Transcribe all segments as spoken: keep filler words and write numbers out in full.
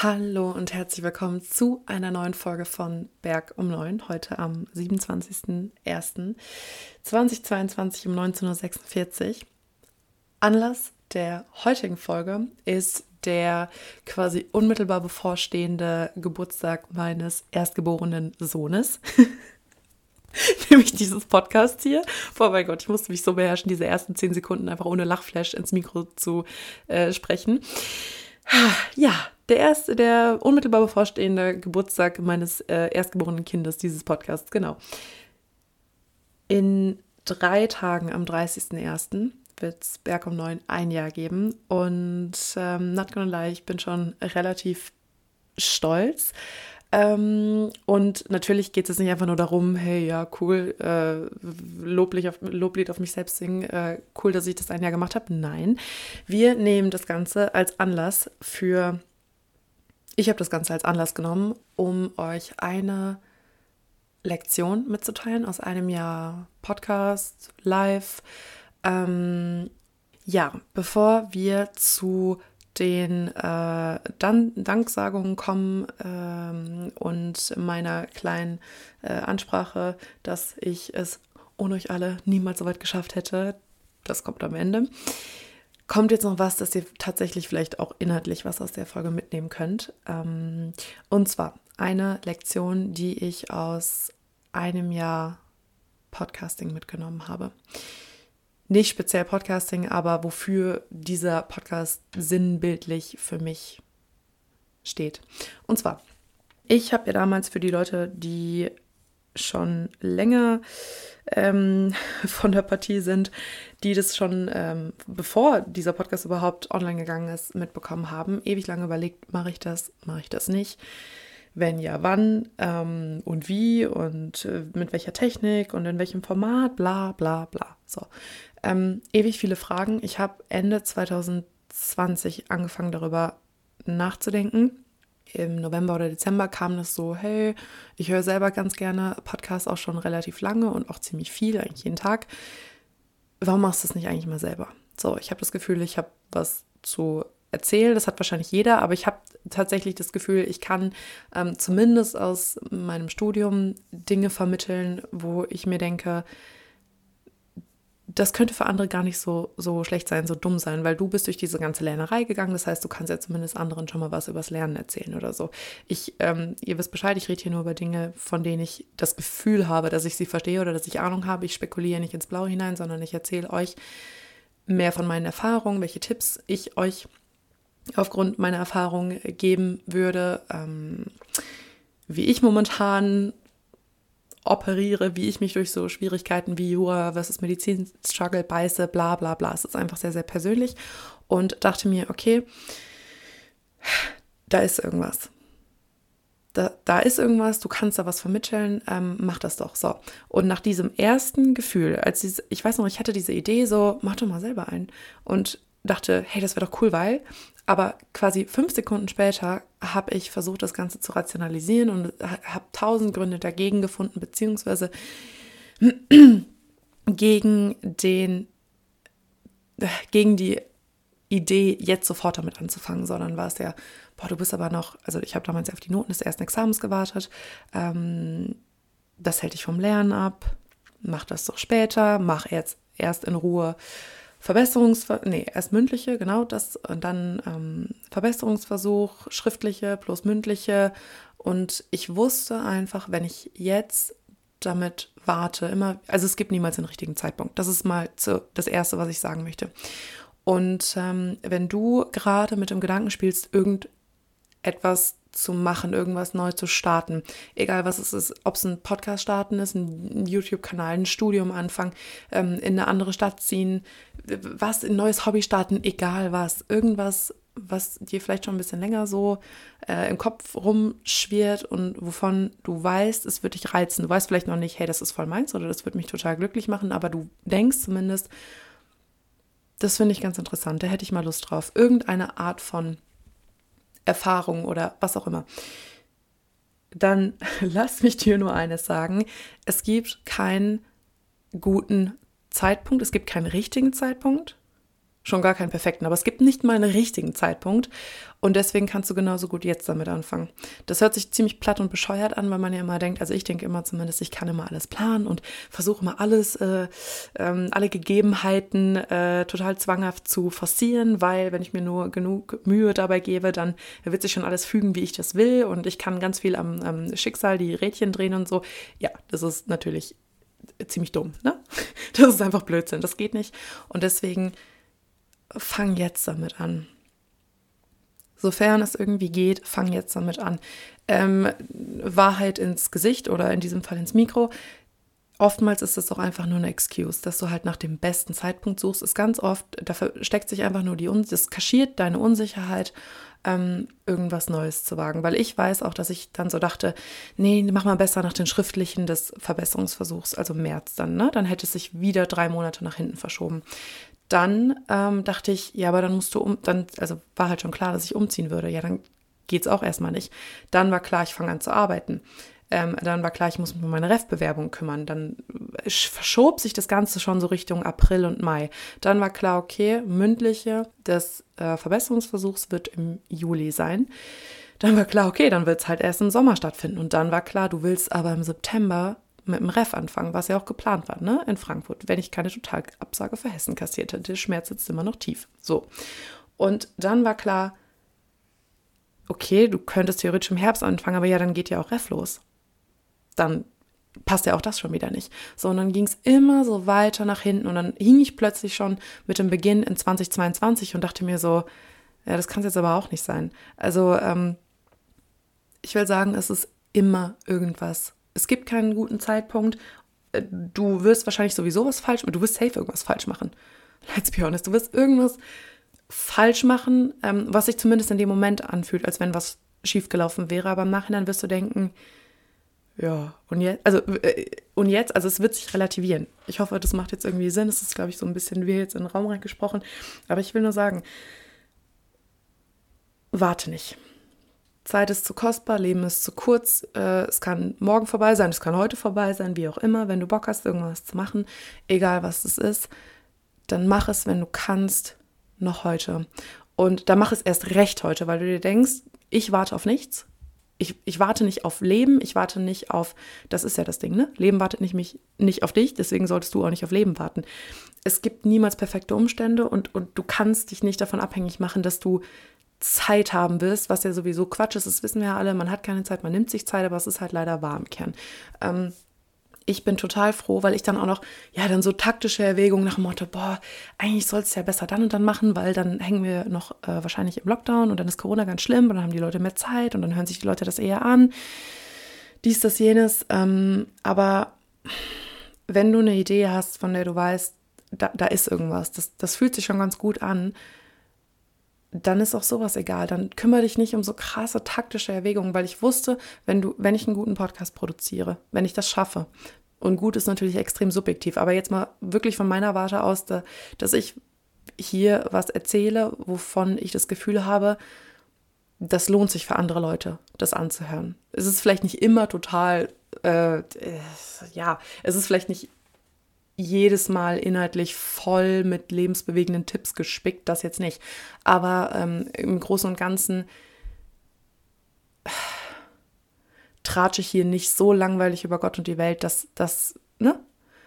Hallo und herzlich willkommen zu einer neuen Folge von Berg um neun, heute am siebenundzwanzigsten ersten zweitausendzweiundzwanzig um neunzehn Uhr sechsundvierzig. Anlass der heutigen Folge ist der quasi unmittelbar bevorstehende Geburtstag meines erstgeborenen Sohnes. Nämlich dieses Podcast hier. Oh mein Gott, ich musste mich so beherrschen, diese ersten zehn Sekunden einfach ohne Lachflash ins Mikro zu äh, sprechen. Ja, der erste, der unmittelbar bevorstehende Geburtstag meines äh, erstgeborenen Kindes dieses Podcasts, genau. In drei Tagen am dreißigsten ersten wird es Berg um neun ein Jahr geben und ähm, not gonna lie, ich bin schon relativ stolz. Ähm, und natürlich geht es nicht einfach nur darum, hey, ja, cool, äh, Loblied, auf, Loblied auf mich selbst singen, äh, cool, dass ich das ein Jahr gemacht habe. Nein, wir nehmen das Ganze als Anlass für, ich habe das Ganze als Anlass genommen, um euch eine Lektion mitzuteilen aus einem Jahr Podcast, live. Ähm, ja, bevor wir zu den äh, Dan- Danksagungen kommen ähm, und meiner kleinen äh, Ansprache, dass ich es ohne euch alle niemals so weit geschafft hätte. Das kommt am Ende. Kommt jetzt noch was, dass ihr tatsächlich vielleicht auch inhaltlich was aus der Folge mitnehmen könnt. Ähm, und zwar eine Lektion, die ich aus einem Jahr Podcasting mitgenommen habe. Nicht speziell Podcasting, aber wofür dieser Podcast sinnbildlich für mich steht. Und zwar, ich habe ja damals für die Leute, die schon länger ähm, von der Partie sind, die das schon, ähm, bevor dieser Podcast überhaupt online gegangen ist, mitbekommen haben, ewig lange überlegt, mache ich das, mache ich das nicht? Wenn ja, wann ähm, und wie und äh, mit welcher Technik und in welchem Format, bla bla bla. So, ähm, ewig viele Fragen. Ich habe Ende zwanzig zwanzig angefangen, darüber nachzudenken. Im November oder Dezember kam das so, hey, ich höre selber ganz gerne Podcasts auch schon relativ lange und auch ziemlich viel, eigentlich jeden Tag. Warum machst du das nicht eigentlich mal selber? So, ich habe das Gefühl, ich habe was zu erzählen. Das hat wahrscheinlich jeder, aber ich habe tatsächlich das Gefühl, ich kann ähm, zumindest aus meinem Studium Dinge vermitteln, wo ich mir denke, das könnte für andere gar nicht so, so schlecht sein, so dumm sein, weil du bist durch diese ganze Lernerei gegangen, das heißt, du kannst ja zumindest anderen schon mal was übers Lernen erzählen oder so. Ich, ähm, ihr wisst Bescheid, ich rede hier nur über Dinge, von denen ich das Gefühl habe, dass ich sie verstehe oder dass ich Ahnung habe. Ich spekuliere nicht ins Blaue hinein, sondern ich erzähle euch mehr von meinen Erfahrungen, welche Tipps ich euch aufgrund meiner Erfahrung geben würde, ähm, wie ich momentan operiere, wie ich mich durch so Schwierigkeiten wie Jura versus Medizin-Struggle beiße, bla bla bla. Es ist einfach sehr, sehr persönlich und dachte mir, okay, da ist irgendwas. Da, da ist irgendwas, du kannst da was vermitteln, ähm, mach das doch. So. Und nach diesem ersten Gefühl, als diese, ich weiß noch, ich hatte diese Idee so, mach doch mal selber ein. Und dachte, hey, das wäre doch cool, weil, aber quasi fünf Sekunden später habe ich versucht, das Ganze zu rationalisieren und habe tausend Gründe dagegen gefunden, beziehungsweise gegen den, gegen die Idee, jetzt sofort damit anzufangen, sondern war es ja, boah, du bist aber noch, also ich habe damals auf die Noten des ersten Examens gewartet, ähm, das hält dich vom Lernen ab, mach das doch später, mach jetzt erst in Ruhe Verbesserungsversuch, nee, erst mündliche, genau das, und dann ähm, Verbesserungsversuch, schriftliche plus mündliche. Und ich wusste einfach, wenn ich jetzt damit warte, immer, also es gibt niemals den richtigen Zeitpunkt. Das ist mal zu, das Erste, was ich sagen möchte. Und ähm, wenn du gerade mit dem Gedanken spielst, irgendetwas zu machen, irgendwas neu zu starten, egal was es ist, ob es ein Podcast starten ist, ein YouTube-Kanal, ein Studium anfangen, ähm, in eine andere Stadt ziehen, was, ein neues Hobby starten, egal was, irgendwas, was dir vielleicht schon ein bisschen länger so äh, im Kopf rumschwirrt und wovon du weißt, es wird dich reizen. Du weißt vielleicht noch nicht, hey, das ist voll meins oder das wird mich total glücklich machen, aber du denkst zumindest, das finde ich ganz interessant, da hätte ich mal Lust drauf. Irgendeine Art von Erfahrung oder was auch immer. Dann lass mich dir nur eines sagen. Es gibt keinen guten Zeitpunkt, es gibt keinen richtigen Zeitpunkt Schon gar keinen perfekten, aber es gibt nicht mal einen richtigen Zeitpunkt und deswegen kannst du genauso gut jetzt damit anfangen. Das hört sich ziemlich platt und bescheuert an, weil man ja immer denkt, also ich denke immer zumindest, ich kann immer alles planen und versuche immer alles, äh, ähm, alle Gegebenheiten äh, total zwanghaft zu forcieren, weil wenn ich mir nur genug Mühe dabei gebe, dann wird sich schon alles fügen, wie ich das will und ich kann ganz viel am, am Schicksal die Rädchen drehen und so. Ja, das ist natürlich ziemlich dumm, ne? Das ist einfach Blödsinn, das geht nicht und deswegen fang jetzt damit an. Sofern es irgendwie geht, fang jetzt damit an. Ähm, Wahrheit ins Gesicht oder in diesem Fall ins Mikro. Oftmals ist es doch einfach nur eine Excuse, dass du halt nach dem besten Zeitpunkt suchst. Ist ganz oft, da versteckt sich einfach nur die Unsicherheit, das kaschiert deine Unsicherheit, ähm, irgendwas Neues zu wagen. Weil ich weiß auch, dass ich dann so dachte, nee, mach mal besser nach den schriftlichen des Verbesserungsversuchs, also März dann, ne? Dann hätte es sich wieder drei Monate nach hinten verschoben. Dann ähm, dachte ich, ja, aber dann musst du um, dann, also war halt schon klar, dass ich umziehen würde. Ja, dann geht's auch erstmal nicht. Dann war klar, ich fange an zu arbeiten. Ähm, dann war klar, ich muss mich um meine Ref-Bewerbung kümmern. Dann verschob sich das Ganze schon so Richtung April und Mai. Dann war klar, okay, mündliche des äh, Verbesserungsversuchs wird im Juli sein. Dann war klar, okay, dann wird es halt erst im Sommer stattfinden. Und dann war klar, du willst aber im September mit dem Ref anfangen, was ja auch geplant war, ne, in Frankfurt, wenn ich keine Totalabsage für Hessen kassiert hätte. Der Schmerz sitzt immer noch tief. So. Und dann war klar, okay, du könntest theoretisch im Herbst anfangen, aber ja, dann geht ja auch Ref los. Dann passt ja auch das schon wieder nicht. So, und dann ging es immer so weiter nach hinten und dann hing ich plötzlich schon mit dem Beginn in zwanzig zweiundzwanzig und dachte mir so, ja, das kann es jetzt aber auch nicht sein. Also, ähm, ich will sagen, es ist immer irgendwas. Es gibt keinen guten Zeitpunkt. Du wirst wahrscheinlich sowieso was falsch machen. Du wirst safe irgendwas falsch machen. Let's be honest. Du wirst irgendwas falsch machen, ähm, was sich zumindest in dem Moment anfühlt, als wenn was schiefgelaufen wäre. Aber im Nachhinein wirst du denken, ja, und jetzt, also, äh, und jetzt, also es wird sich relativieren. Ich hoffe, das macht jetzt irgendwie Sinn. Es ist, glaube ich, so ein bisschen wie jetzt in den Raum reingesprochen. Aber ich will nur sagen, warte nicht. Zeit ist zu kostbar, Leben ist zu kurz, äh, es kann morgen vorbei sein, es kann heute vorbei sein, wie auch immer. Wenn du Bock hast, irgendwas zu machen, egal was es ist, dann mach es, wenn du kannst, noch heute. Und dann mach es erst recht heute, weil du dir denkst, ich warte auf nichts. Ich, ich warte nicht auf Leben, ich warte nicht auf, das ist ja das Ding, ne? Leben wartet nicht, mich, nicht auf dich, deswegen solltest du auch nicht auf Leben warten. Es gibt niemals perfekte Umstände und, und du kannst dich nicht davon abhängig machen, dass du Zeit haben wirst, was ja sowieso Quatsch ist, das wissen wir ja alle, man hat keine Zeit, man nimmt sich Zeit, aber es ist halt leider wahr im Kern. Ähm, ich bin total froh, weil ich dann auch noch, ja, dann so taktische Erwägungen nach dem Motto, boah, eigentlich sollst du ja besser dann und dann machen, weil dann hängen wir noch äh, wahrscheinlich im Lockdown und dann ist Corona ganz schlimm und dann haben die Leute mehr Zeit und dann hören sich die Leute das eher an, dies, das, jenes, ähm, aber wenn du eine Idee hast, von der du weißt, da, da ist irgendwas, das, das fühlt sich schon ganz gut an, dann ist auch sowas egal. Dann kümmere dich nicht um so krasse taktische Erwägungen, weil ich wusste, wenn du, wenn ich einen guten Podcast produziere, wenn ich das schaffe, und gut ist natürlich extrem subjektiv, aber jetzt mal wirklich von meiner Warte aus, da, dass ich hier was erzähle, wovon ich das Gefühl habe, das lohnt sich für andere Leute, das anzuhören. Es ist vielleicht nicht immer total, äh, äh, ja, es ist vielleicht nicht jedes Mal inhaltlich voll mit lebensbewegenden Tipps gespickt, das jetzt nicht. Aber ähm, im Großen und Ganzen äh, tratsche ich hier nicht so langweilig über Gott und die Welt, dass, dass, ne?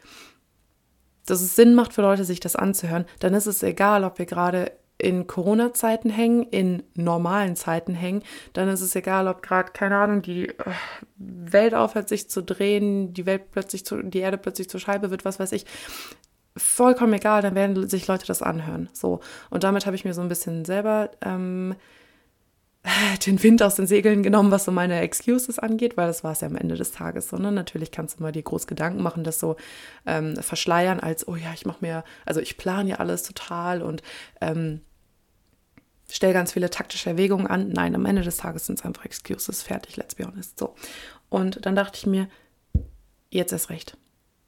dass es Sinn macht für Leute, sich das anzuhören. Dann ist es egal, ob wir gerade in Corona-Zeiten hängen, in normalen Zeiten hängen, dann ist es egal, ob gerade, keine Ahnung, die äh, Welt aufhört sich zu drehen, die Welt plötzlich, zu, die Erde plötzlich zur Scheibe wird, was weiß ich. Vollkommen egal, dann werden sich Leute das anhören. So. Und damit habe ich mir so ein bisschen selber ähm, den Wind aus den Segeln genommen, was so meine Excuses angeht, weil das war es ja am Ende des Tages. Sondern natürlich kannst du mal dir groß Gedanken machen, das so ähm, verschleiern als, oh ja, ich mache mir, also ich plane ja alles total und ähm, stell ganz viele taktische Erwägungen an. Nein, am Ende des Tages sind es einfach Excuses, fertig, let's be honest. So. Und dann dachte ich mir, jetzt erst recht.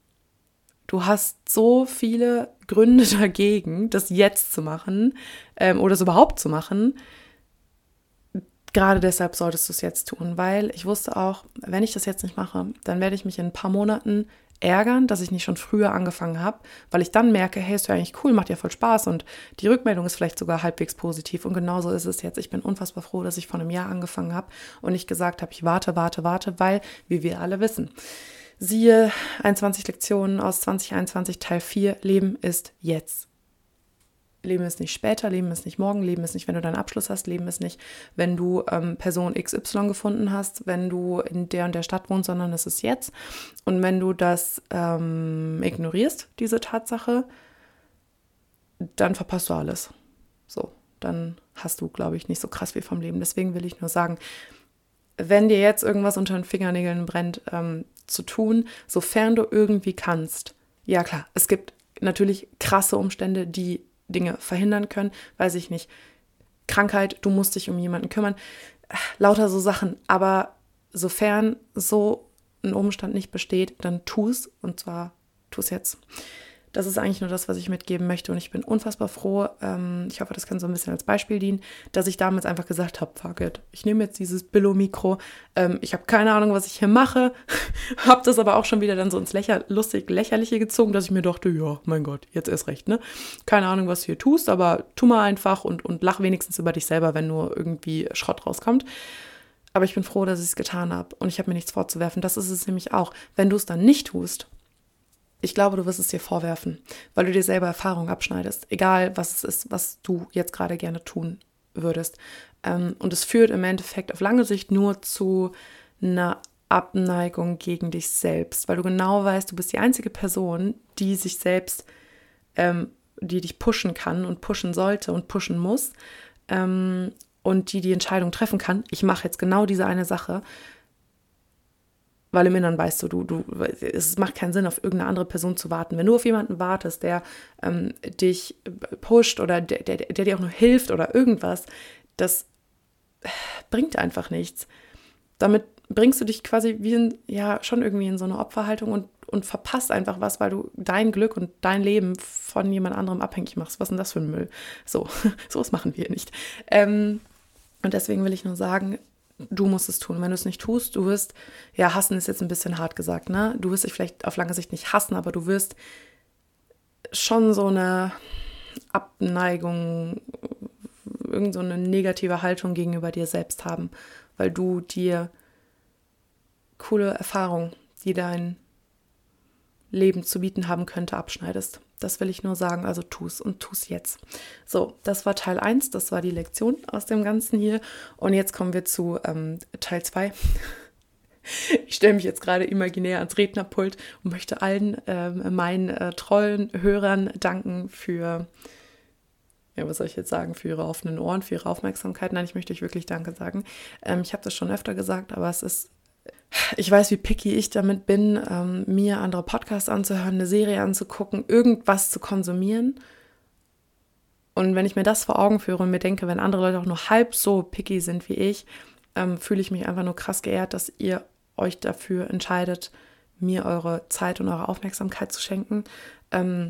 Du hast so viele Gründe dagegen, das jetzt zu machen ähm, oder es überhaupt zu machen. Gerade deshalb solltest du es jetzt tun, weil ich wusste auch, wenn ich das jetzt nicht mache, dann werde ich mich in ein paar Monaten ärgern, dass ich nicht schon früher angefangen habe, weil ich dann merke, hey, ist ja eigentlich cool, macht ja voll Spaß und die Rückmeldung ist vielleicht sogar halbwegs positiv und genauso ist es jetzt. Ich bin unfassbar froh, dass ich vor einem Jahr angefangen habe und nicht gesagt habe, ich warte, warte, warte, weil, wie wir alle wissen, siehe einundzwanzig Lektionen aus zwanzig einundzwanzig Teil vier, Leben ist jetzt. Leben ist nicht später, Leben ist nicht morgen, Leben ist nicht, wenn du deinen Abschluss hast, Leben ist nicht, wenn du ähm, Person X Y gefunden hast, wenn du in der und der Stadt wohnst, sondern es ist jetzt. Und wenn du das ähm, ignorierst, diese Tatsache, dann verpasst du alles. So, dann hast du, glaube ich, nicht so krass viel vom Leben. Deswegen will ich nur sagen, wenn dir jetzt irgendwas unter den Fingernägeln brennt, ähm, zu tun, sofern du irgendwie kannst. Ja klar, es gibt natürlich krasse Umstände, die Dinge verhindern können, weiß ich nicht, Krankheit, du musst dich um jemanden kümmern, lauter so Sachen, aber sofern so ein Umstand nicht besteht, dann tu es und zwar tu es jetzt. Das ist eigentlich nur das, was ich mitgeben möchte und ich bin unfassbar froh, ähm, ich hoffe, das kann so ein bisschen als Beispiel dienen, dass ich damals einfach gesagt habe, fuck it, ich nehme jetzt dieses Billo-Mikro, ähm, ich habe keine Ahnung, was ich hier mache, habe das aber auch schon wieder dann so ins Lächer- lustig Lächerliche gezogen, dass ich mir dachte, ja, mein Gott, jetzt erst recht, ne? Keine Ahnung, was du hier tust, aber tu mal einfach und, und lach wenigstens über dich selber, wenn nur irgendwie Schrott rauskommt. Aber ich bin froh, dass ich es getan habe und ich habe mir nichts vorzuwerfen. Das ist es nämlich auch. Wenn du es dann nicht tust, ich glaube, du wirst es dir vorwerfen, weil du dir selber Erfahrung abschneidest, egal was es ist, was du jetzt gerade gerne tun würdest. Und es führt im Endeffekt auf lange Sicht nur zu einer Abneigung gegen dich selbst, weil du genau weißt, du bist die einzige Person, die sich selbst, ähm, die dich pushen kann und pushen sollte und pushen muss ähm, und die die Entscheidung treffen kann, ich mache jetzt genau diese eine Sache, weil im Inneren weißt du, du, du, es macht keinen Sinn, auf irgendeine andere Person zu warten. Wenn du auf jemanden wartest, der ähm, dich pusht oder der, der, der dir auch nur hilft oder irgendwas, das bringt einfach nichts. Damit bringst du dich quasi wie in, ja, schon irgendwie in so eine Opferhaltung und, und verpasst einfach was, weil du dein Glück und dein Leben von jemand anderem abhängig machst. Was ist denn das für ein Müll? So, sowas machen wir nicht. Ähm, und deswegen will ich nur sagen, du musst es tun. Wenn du es nicht tust, du wirst, ja, hassen ist jetzt ein bisschen hart gesagt, ne? Du wirst dich vielleicht auf lange Sicht nicht hassen, aber du wirst schon so eine Abneigung, irgend so eine negative Haltung gegenüber dir selbst haben, weil du dir coole Erfahrungen, die dein Leben zu bieten haben könnte, abschneidest. Das will ich nur sagen, also tu's und tu's jetzt. So, das war Teil eins, das war die Lektion aus dem Ganzen hier. Und jetzt kommen wir zu ähm, Teil zwei. Ich stelle mich jetzt gerade imaginär ans Rednerpult und möchte allen ähm, meinen äh, treuen Hörern danken für, ja, was soll ich jetzt sagen, für ihre offenen Ohren, für ihre Aufmerksamkeit. Nein, ich möchte euch wirklich Danke sagen. Ähm, ich habe das schon öfter gesagt, aber es ist Ich weiß, wie picky ich damit bin, ähm, mir andere Podcasts anzuhören, eine Serie anzugucken, irgendwas zu konsumieren. Und wenn ich mir das vor Augen führe und mir denke, wenn andere Leute auch nur halb so picky sind wie ich, ähm, fühle ich mich einfach nur krass geehrt, dass ihr euch dafür entscheidet, mir eure Zeit und eure Aufmerksamkeit zu schenken. Ähm,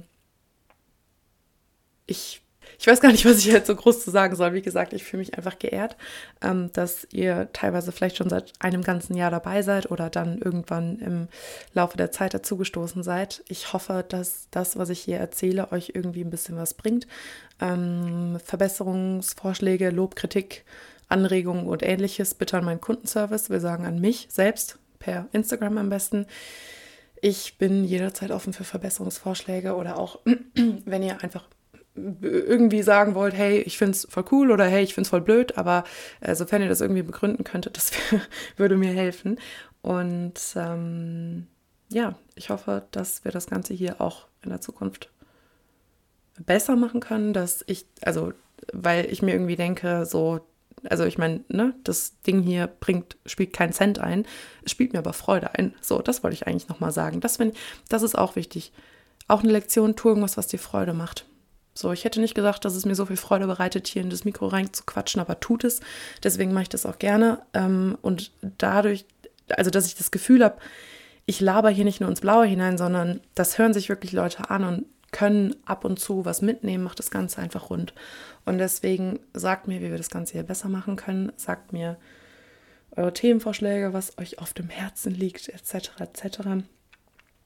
ich Ich weiß gar nicht, was ich jetzt so groß zu sagen soll. Wie gesagt, ich fühle mich einfach geehrt, ähm, dass ihr teilweise vielleicht schon seit einem ganzen Jahr dabei seid oder dann irgendwann im Laufe der Zeit dazugestoßen seid. Ich hoffe, dass das, was ich hier erzähle, euch irgendwie ein bisschen was bringt. Ähm, Verbesserungsvorschläge, Lob, Kritik, Anregungen und Ähnliches bitte an meinen Kundenservice. Wir sagen an mich selbst, per Instagram am besten. Ich bin jederzeit offen für Verbesserungsvorschläge oder auch, wenn ihr einfach irgendwie sagen wollt, hey, ich finde es voll cool oder hey, ich finde es voll blöd, aber äh, sofern ihr das irgendwie begründen könntet, das würde mir helfen. Und ähm, ja, ich hoffe, dass wir das Ganze hier auch in der Zukunft besser machen können, dass ich, also, weil ich mir irgendwie denke, so, also ich meine, ne, das Ding hier bringt, spielt keinen Cent ein, es spielt mir aber Freude ein. So, das wollte ich eigentlich nochmal sagen. Das, wenn, das ist auch wichtig. Auch eine Lektion, tu irgendwas, was dir Freude macht. So, ich hätte nicht gesagt, dass es mir so viel Freude bereitet, hier in das Mikro reinzuquatschen, aber tut es. Deswegen mache ich das auch gerne. Und dadurch, also dass ich das Gefühl habe, ich laber hier nicht nur ins Blaue hinein, sondern das hören sich wirklich Leute an und können ab und zu was mitnehmen, macht das Ganze einfach rund. Und deswegen sagt mir, wie wir das Ganze hier besser machen können. Sagt mir eure Themenvorschläge, was euch auf dem Herzen liegt, et cetera et cetera.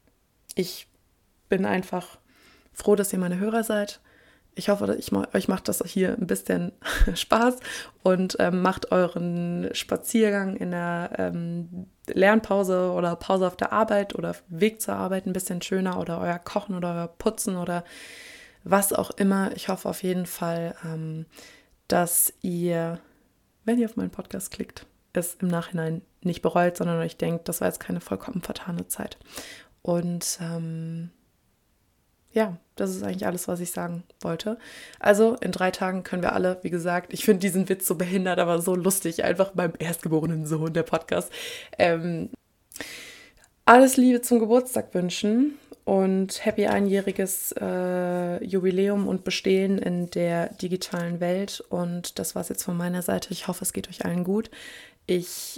ich bin einfach froh, dass ihr meine Hörer seid. Ich hoffe, ich, euch macht das hier ein bisschen Spaß und ähm, macht euren Spaziergang in der ähm, Lernpause oder Pause auf der Arbeit oder Weg zur Arbeit ein bisschen schöner oder euer Kochen oder euer Putzen oder was auch immer. Ich hoffe auf jeden Fall, ähm, dass ihr, wenn ihr auf meinen Podcast klickt, es im Nachhinein nicht bereut, sondern euch denkt, das war jetzt keine vollkommen vertane Zeit. Und ähm, ja, das ist eigentlich alles, was ich sagen wollte. Also in drei Tagen können wir alle, wie gesagt, ich finde diesen Witz so behindert, aber so lustig, einfach beim erstgeborenen Sohn, der Podcast, ähm, alles Liebe zum Geburtstag wünschen und happy einjähriges äh, Jubiläum und Bestehen in der digitalen Welt. Und das war es jetzt von meiner Seite. Ich hoffe, es geht euch allen gut. Ich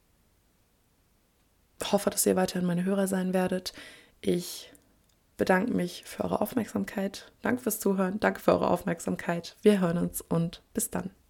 hoffe, dass ihr weiterhin meine Hörer sein werdet. Ich bedanke mich für eure Aufmerksamkeit. Danke fürs Zuhören. Danke für eure Aufmerksamkeit. Wir hören uns und bis dann.